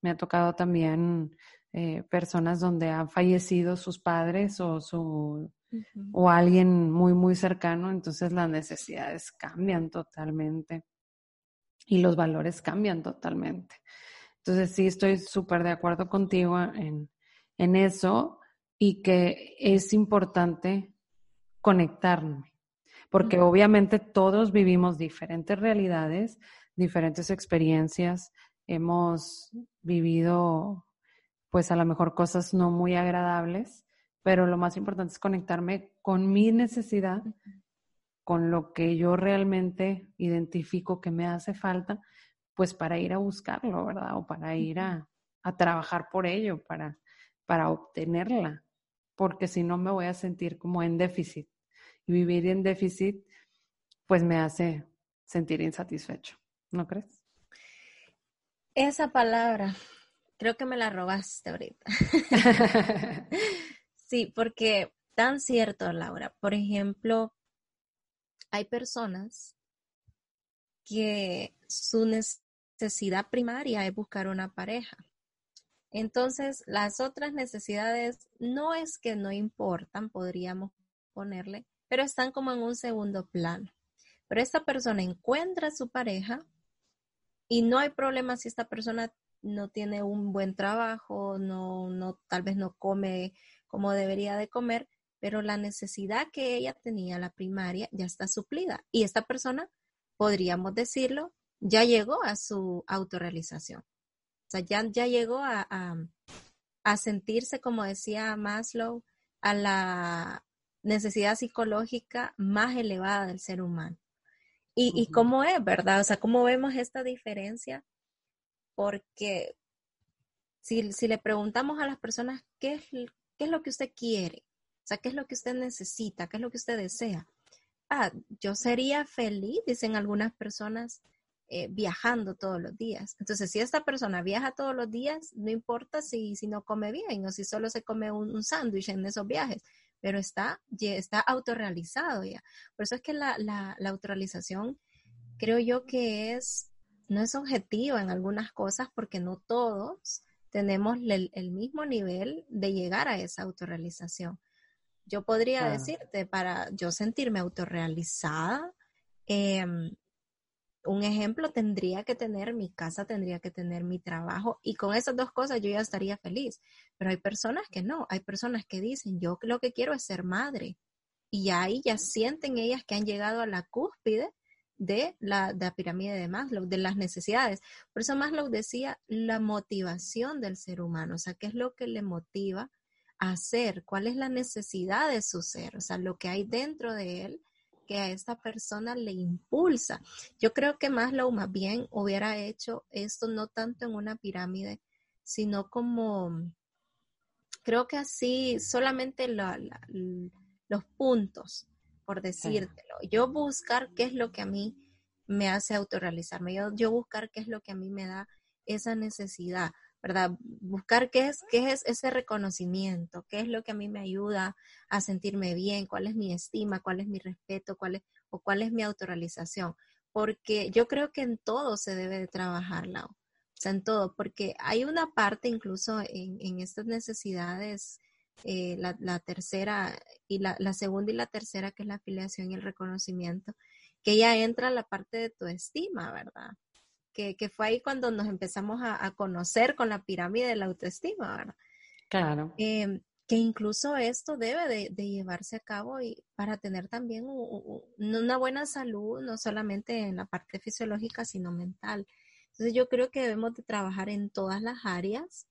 Me ha tocado también eh, personas donde han fallecido sus padres o su Ujú. o alguien muy, muy cercano, entonces las necesidades cambian totalmente y los valores cambian totalmente. Entonces sí estoy súper de acuerdo contigo en, en eso y que es importante conectarme, porque Ujú. obviamente todos vivimos diferentes realidades, diferentes experiencias, hemos vivido pues a lo mejor cosas no muy agradables, pero lo más importante es conectarme con mi necesidad, con lo que yo realmente identifico que me hace falta, pues para ir a buscarlo, ¿verdad? O para ir Ujú. a, a trabajar por ello, para, para obtenerla, porque si no me voy a sentir como en déficit. Y vivir en déficit, pues me hace sentir insatisfecho, ¿no crees? Esa palabra, creo que me la robaste ahorita. Sí, porque tan cierto, Laura. Por ejemplo, hay personas que su necesidad primaria es buscar una pareja. Entonces, las otras necesidades no es que no importan, podríamos ponerle, pero están como en un segundo plano. Pero esta persona encuentra a su pareja y no hay problema si esta persona no tiene un buen trabajo, no, no, tal vez no come como debería de comer, pero la necesidad que ella tenía, la primaria, ya está suplida. Y esta persona, podríamos decirlo, ya llegó a su autorrealización. O sea, ya, ya llegó a, a, a sentirse, como decía Maslow, a la necesidad psicológica más elevada del ser humano. Y, y Ujú. cómo es, ¿verdad? O sea, cómo vemos esta diferencia, porque si, si le preguntamos a las personas qué es, qué es lo que usted quiere, o sea, qué es lo que usted necesita, qué es lo que usted desea. Ah, yo sería feliz, dicen algunas personas, eh, viajando todos los días. Entonces, si esta persona viaja todos los días, no importa si, si no come bien o si solo se come un, un sándwich en esos viajes, pero está, está autorrealizado ya. Por eso es que la, la, la autorrealización creo yo que es, no es objetiva en algunas cosas porque no todos tenemos el, el mismo nivel de llegar a esa autorrealización. Yo podría Claro. decirte, para yo sentirme autorrealizada, eh, un ejemplo, tendría que tener mi casa, tendría que tener mi trabajo y con esas dos cosas yo ya estaría feliz. Pero hay personas que no, hay personas que dicen, yo lo que quiero es ser madre. Y ahí ya sienten ellas que han llegado a la cúspide de la, de la pirámide de Maslow, de las necesidades. Por eso Maslow decía la motivación del ser humano, o sea, qué es lo que le motiva a hacer, cuál es la necesidad de su ser, o sea, lo que hay dentro de él que a esta persona le impulsa. Yo creo que Maslow más bien hubiera hecho esto no tanto en una pirámide, sino como, creo que así solamente la, la, los puntos, por Sí. decírtelo. Yo buscar qué es lo que a mí me hace autorrealizarme, yo, yo buscar qué es lo que a mí me da esa necesidad, ¿verdad? Buscar qué es, qué es ese reconocimiento, qué es lo que a mí me ayuda a sentirme bien, cuál es mi estima, cuál es mi respeto, cuál es, o cuál es mi autorrealización. Porque yo creo que en todo se debe de trabajar, Lau. O sea, en todo, porque hay una parte incluso en, en estas necesidades, eh, la, la, tercera y la, la segunda y la tercera, que es la afiliación y el reconocimiento, que ya entra la parte de tu estima, ¿verdad? Que, que fue ahí cuando nos empezamos a, a conocer con la pirámide de la autoestima, ¿verdad? Claro. Eh, que incluso esto debe de, de, llevarse a cabo y para tener también un, un, una buena salud, no solamente en la parte fisiológica, sino mental. Entonces yo creo que debemos de trabajar en todas las áreas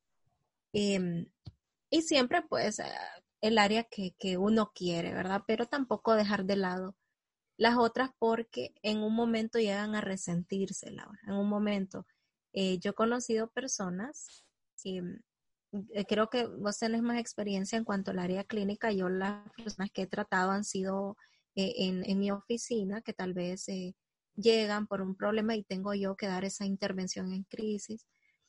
eh, y siempre pues el área que, que uno quiere, ¿verdad? Pero tampoco dejar de lado las otras porque en un momento llegan a resentirse, Laura. En un momento, eh, yo he conocido personas, y eh, creo que vos tenés más experiencia en cuanto al área clínica. Yo las personas que he tratado han sido eh, en, en mi oficina, que tal vez eh, llegan por un problema y tengo yo que dar esa intervención en crisis.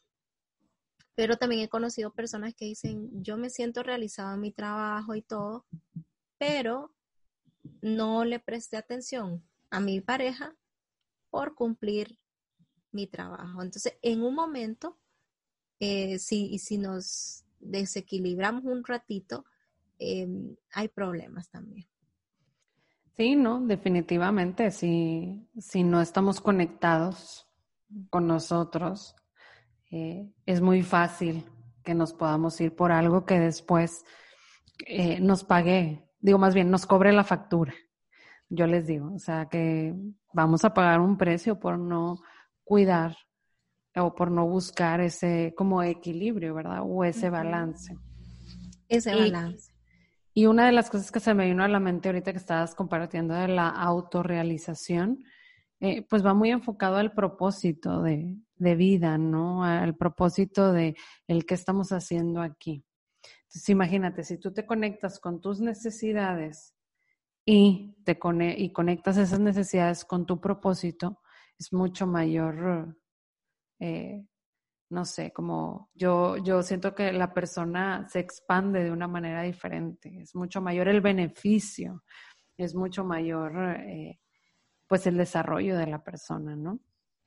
Pero también he conocido personas que dicen, yo me siento realizado en mi trabajo y todo, pero no le presté atención a mi pareja por cumplir mi trabajo. Entonces, en un momento eh, si, y si nos desequilibramos un ratito, eh, hay problemas también. Sí, no, definitivamente, si, si no estamos conectados con nosotros, eh, es muy fácil que nos podamos ir por algo que después eh, nos pague, digo más bien, nos cobre la factura. Yo les digo, o sea, que vamos a pagar un precio por no cuidar o por no buscar ese como equilibrio, ¿verdad? O ese Ujú. balance. Ese Y, balance. y una de las cosas que se me vino a la mente ahorita que estabas compartiendo de la autorrealización, eh, pues va muy enfocado al propósito de, de vida, ¿no? Al propósito de el que estamos haciendo aquí. Entonces, imagínate, si tú te conectas con tus necesidades y te cone- y conectas esas necesidades con tu propósito, es mucho mayor, eh, no sé, como yo, yo siento que la persona se expande de una manera diferente, es mucho mayor el beneficio, es mucho mayor, eh, pues el desarrollo de la persona, ¿no?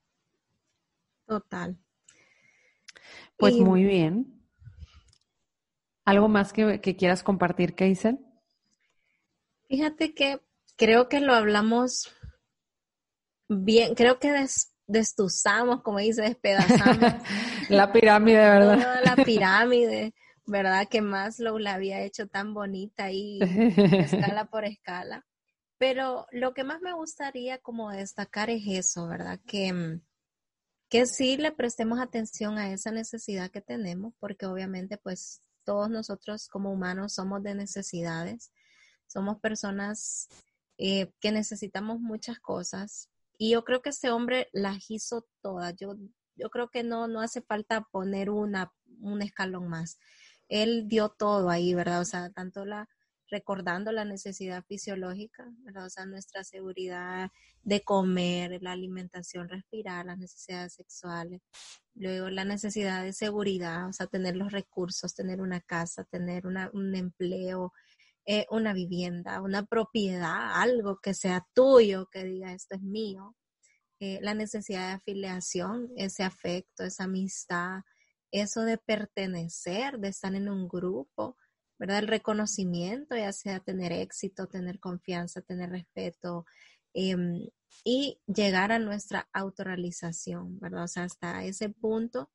Total. Pues Y muy bien. ¿Algo más que, que quieras compartir, Keisel? fíjate que creo que lo hablamos bien, creo que des, destuzamos, como dice, despedazamos La pirámide, ¿verdad? toda la pirámide, ¿verdad? Que Maslow la había hecho tan bonita ahí, escala por escala. Pero lo que más me gustaría como destacar es eso, ¿verdad? Que, mm, que sí le prestemos atención a esa necesidad que tenemos, porque obviamente pues todos nosotros como humanos somos de necesidades, somos personas eh, que necesitamos muchas cosas y yo creo que este hombre las hizo todas. Yo, yo creo que no, no hace falta poner una, un escalón más. Él dio todo ahí, ¿verdad? O sea, tanto la recordando la necesidad fisiológica, ¿verdad? O sea, nuestra seguridad de comer, la alimentación, respirar, las necesidades sexuales, luego la necesidad de seguridad, o sea, tener los recursos, tener una casa, tener una, un empleo, eh, una vivienda, una propiedad, algo que sea tuyo, que diga esto es mío, eh, la necesidad de afiliación, ese afecto, esa amistad, eso de pertenecer, de estar en un grupo, ¿verdad? El reconocimiento, ya sea tener éxito, tener confianza, tener respeto, eh, y llegar a nuestra autorrealización, ¿verdad? O sea, hasta ese punto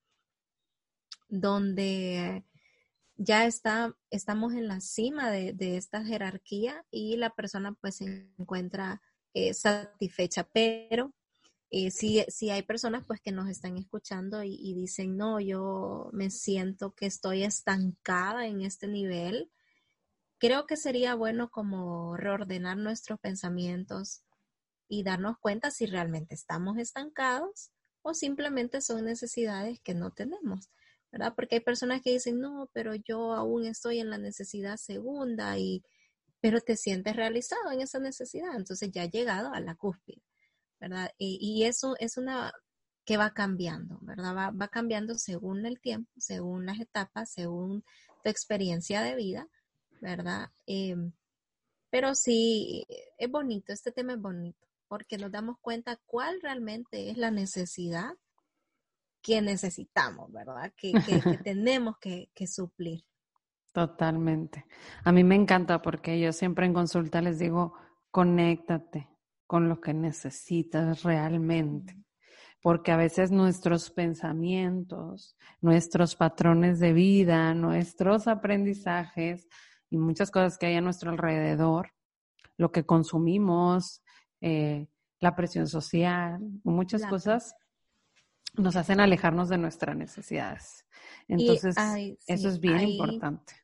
donde ya está, estamos en la cima de, de esta jerarquía y la persona pues se encuentra eh, satisfecha, pero eh, sí, sí hay personas pues que nos están escuchando y, y dicen, no, yo me siento que estoy estancada en este nivel. Creo que sería bueno como reordenar nuestros pensamientos y darnos cuenta si realmente estamos estancados o simplemente son necesidades que no tenemos, ¿verdad? Porque hay personas que dicen, no, pero yo aún estoy en la necesidad segunda y, pero te sientes realizado en esa necesidad, entonces ya has llegado a la cúspide, ¿verdad? Y, y eso es una que va cambiando, ¿verdad? Va, va cambiando según el tiempo, según las etapas, según tu experiencia de vida, ¿verdad? Eh, pero sí, es bonito, este tema es bonito, porque nos damos cuenta cuál realmente es la necesidad que necesitamos, ¿verdad? Que, que, que tenemos que, que suplir. Totalmente. A mí me encanta porque yo siempre en consulta les digo, conéctate con lo que necesitas realmente, porque a veces nuestros pensamientos, nuestros patrones de vida, nuestros aprendizajes y muchas cosas que hay a nuestro alrededor, lo que consumimos, eh, la presión social, muchas La cosas presión. nos hacen alejarnos de nuestras necesidades. Y Entonces, ahí, eso sí, es bien ahí, importante.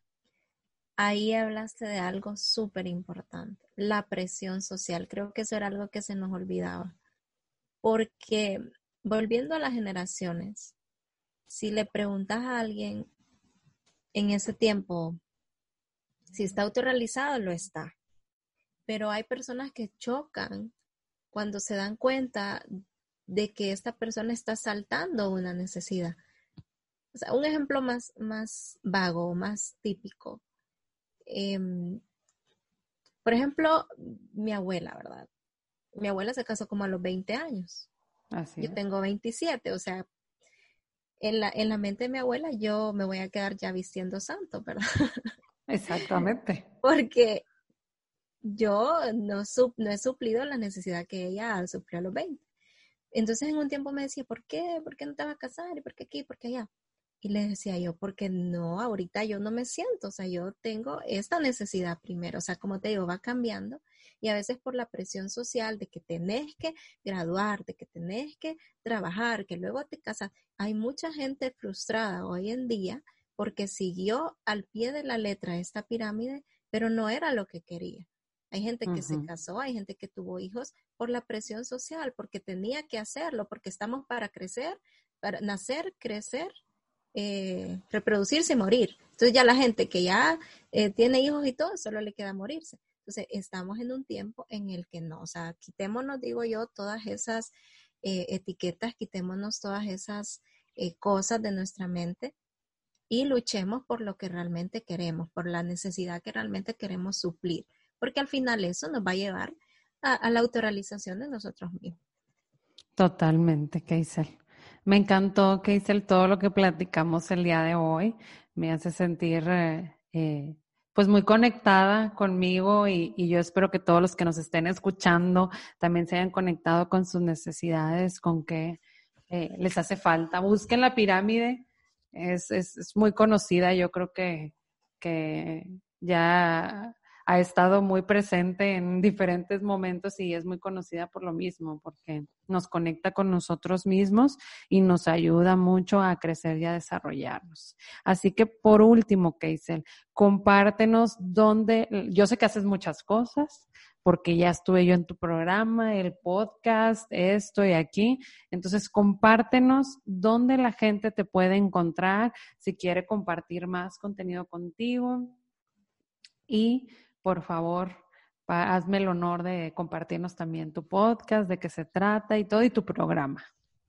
ahí hablaste de algo súper importante, la presión social. Creo que eso era algo que se nos olvidaba, porque volviendo a las generaciones, si le preguntas a alguien en ese tiempo si está autorrealizado, lo está. Pero hay personas que chocan cuando se dan cuenta de que esta persona está saltando una necesidad. O sea, un ejemplo más, más vago, más típico. Eh, por ejemplo, mi abuela, ¿verdad? Mi abuela se casó como a los veinte años. Así Yo es. tengo veintisiete, o sea, en la, en la mente de mi abuela yo me voy a quedar ya vistiendo santo, ¿verdad? Exactamente. Porque yo no, sup, no he suplido la necesidad que ella suplió a los veinte. Entonces en un tiempo me decía, ¿por qué? ¿Por qué no te vas a casar? ¿Y por qué aquí? ¿Por qué allá? Y le decía yo, porque no, ahorita yo no me siento, o sea, yo tengo esta necesidad primero, o sea, como te digo, va cambiando y a veces por la presión social de que tenés que graduarte, que tenés que trabajar, que luego te casas, hay mucha gente frustrada hoy en día porque siguió al pie de la letra esta pirámide, pero no era lo que quería. Hay gente que uh-huh. se casó, hay gente que tuvo hijos por la presión social, porque tenía que hacerlo, porque estamos para crecer, para nacer, crecer, eh, reproducirse y morir. Entonces ya la gente que ya eh, tiene hijos y todo, solo le queda morirse. Entonces estamos en un tiempo en el que no, o sea, quitémonos, digo yo, todas esas eh, etiquetas, quitémonos todas esas eh, cosas de nuestra mente y luchemos por lo que realmente queremos, por la necesidad que realmente queremos suplir, porque al final eso nos va a llevar a, a la autorrealización de nosotros mismos. Totalmente, Keisel. Me encantó, Keisel, todo lo que platicamos el día de hoy. Me hace sentir eh, eh, pues muy conectada conmigo y, y yo espero que todos los que nos estén escuchando también se hayan conectado con sus necesidades, con qué eh, les hace falta. Busquen la pirámide, es, es, es muy conocida, yo creo que, que ya ha estado muy presente en diferentes momentos y es muy conocida por lo mismo, porque nos conecta con nosotros mismos y nos ayuda mucho a crecer y a desarrollarnos. Así que por último, Keisel, compártenos dónde, yo sé que haces muchas cosas, porque ya estuve yo en tu programa, el podcast, esto y aquí. Entonces, compártenos dónde la gente te puede encontrar, si quiere compartir más contenido contigo. Y por favor, pa, hazme el honor de compartirnos también tu podcast, de qué se trata y todo, y tu programa.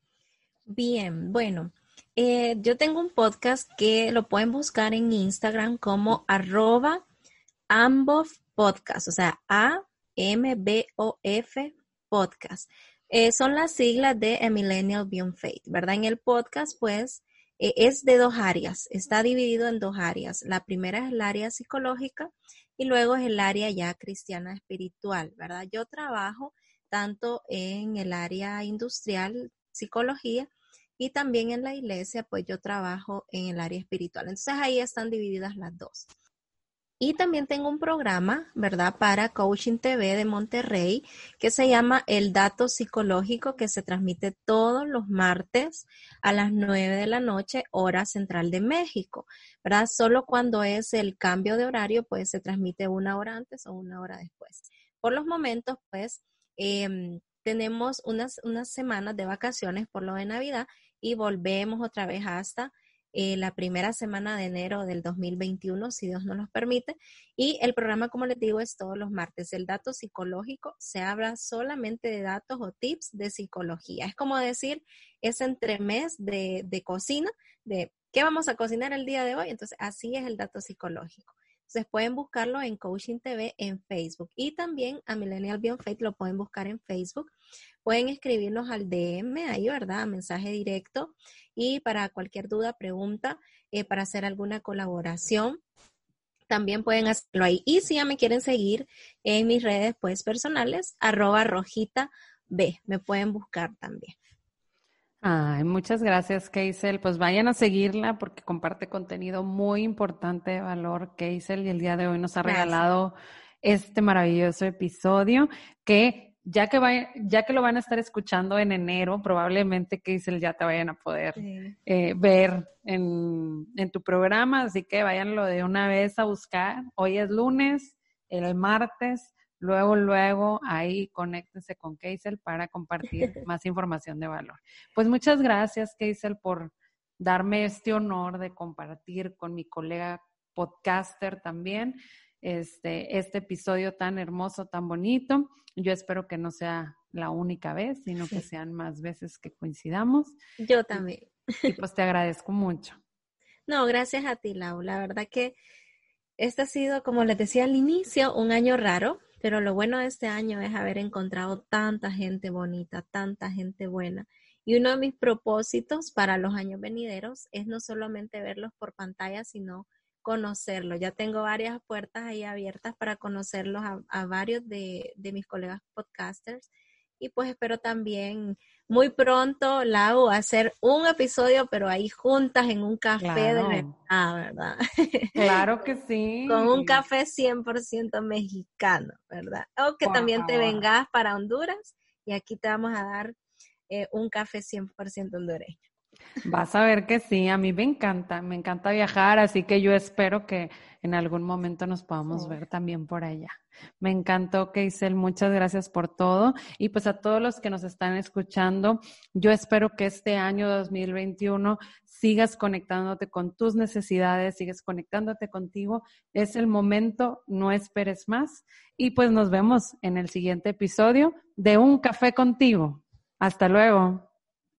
Bien, bueno, eh, yo tengo un podcast que lo pueden buscar en Instagram como arroba Ambof Podcast, o sea, A M B O F Podcast. Eh, son las siglas de A Millennial Beyond Faith, ¿verdad? En el podcast, pues, eh, es de dos áreas, está dividido en dos áreas. La primera es el área psicológica y luego es el área ya cristiana espiritual, ¿verdad? Yo trabajo tanto en el área industrial, psicología, y también en la iglesia, pues yo trabajo en el área espiritual. Entonces ahí están divididas las dos. Y también tengo un programa, ¿verdad?, para Coaching T V de Monterrey que se llama El Dato Psicológico, que se transmite todos los martes a las nueve de la noche, hora central de México, ¿verdad? Solo cuando es el cambio de horario, pues se transmite una hora antes o una hora después. Por los momentos, pues, eh, tenemos unas, unas semanas de vacaciones por lo de Navidad y volvemos otra vez hasta Eh, la primera semana de enero del dos mil veintiuno, si Dios nos los permite. Y el programa, como les digo, es todos los martes. El dato psicológico, se habla solamente de datos o tips de psicología. Es como decir, es entremés de, de cocina, de qué vamos a cocinar el día de hoy. Entonces, así es el dato psicológico. Entonces, pueden buscarlo en Coaching T V en Facebook. Y también a Millennial Beyond Faith lo pueden buscar en Facebook. Pueden escribirnos al D M ahí, ¿verdad? Mensaje directo. Y para cualquier duda, pregunta, eh, para hacer alguna colaboración, también pueden hacerlo ahí. Y si ya me quieren seguir en mis redes, pues, personales, arroba rojita B. Me pueden buscar también. Ay, muchas gracias, Keisel. Pues vayan a seguirla porque comparte contenido muy importante de valor, Keisel, y el día de hoy nos ha gracias. regalado este maravilloso episodio que ya que vaya, ya que lo van a estar escuchando en enero, probablemente, Keisel, ya te vayan a poder sí. eh, ver en, en tu programa, así que váyanlo de una vez a buscar. Hoy es lunes, el martes. Luego, luego, ahí conéctense con Keisel para compartir más información de valor. Pues muchas gracias, Keisel, por darme este honor de compartir con mi colega podcaster también este, este episodio tan hermoso, tan bonito. Yo espero que no sea la única vez, sino sí. que sean más veces que coincidamos. Yo también. Y, y pues te agradezco mucho. No, gracias a ti, Lau. La verdad que este ha sido, como les decía al inicio, un año raro. Pero lo bueno de este año es haber encontrado tanta gente bonita, tanta gente buena Y uno de mis propósitos para los años venideros es no solamente verlos por pantalla, sino conocerlos. Ya tengo varias puertas ahí abiertas para conocerlos a, a varios de, de mis colegas podcasters. Y pues espero también muy pronto, Lau, hacer un episodio, pero ahí juntas en un café Claro. de verdad, ¿verdad? Claro que sí. Con un café cien por ciento mexicano, ¿verdad? O que Por también te favor. vengas para Honduras y aquí te vamos a dar eh, un café cien por ciento hondureño. Vas a ver que sí, a mí me encanta, me encanta viajar, así que yo espero que en algún momento nos podamos Sí. ver también por allá. Me encantó, Keisel, muchas gracias por todo. Y pues a todos los que nos están escuchando, yo espero que este año dos mil veintiuno sigas conectándote con tus necesidades, sigas conectándote contigo. Es el momento, no esperes más. Y pues nos vemos en el siguiente episodio de Un Café Contigo. Hasta luego.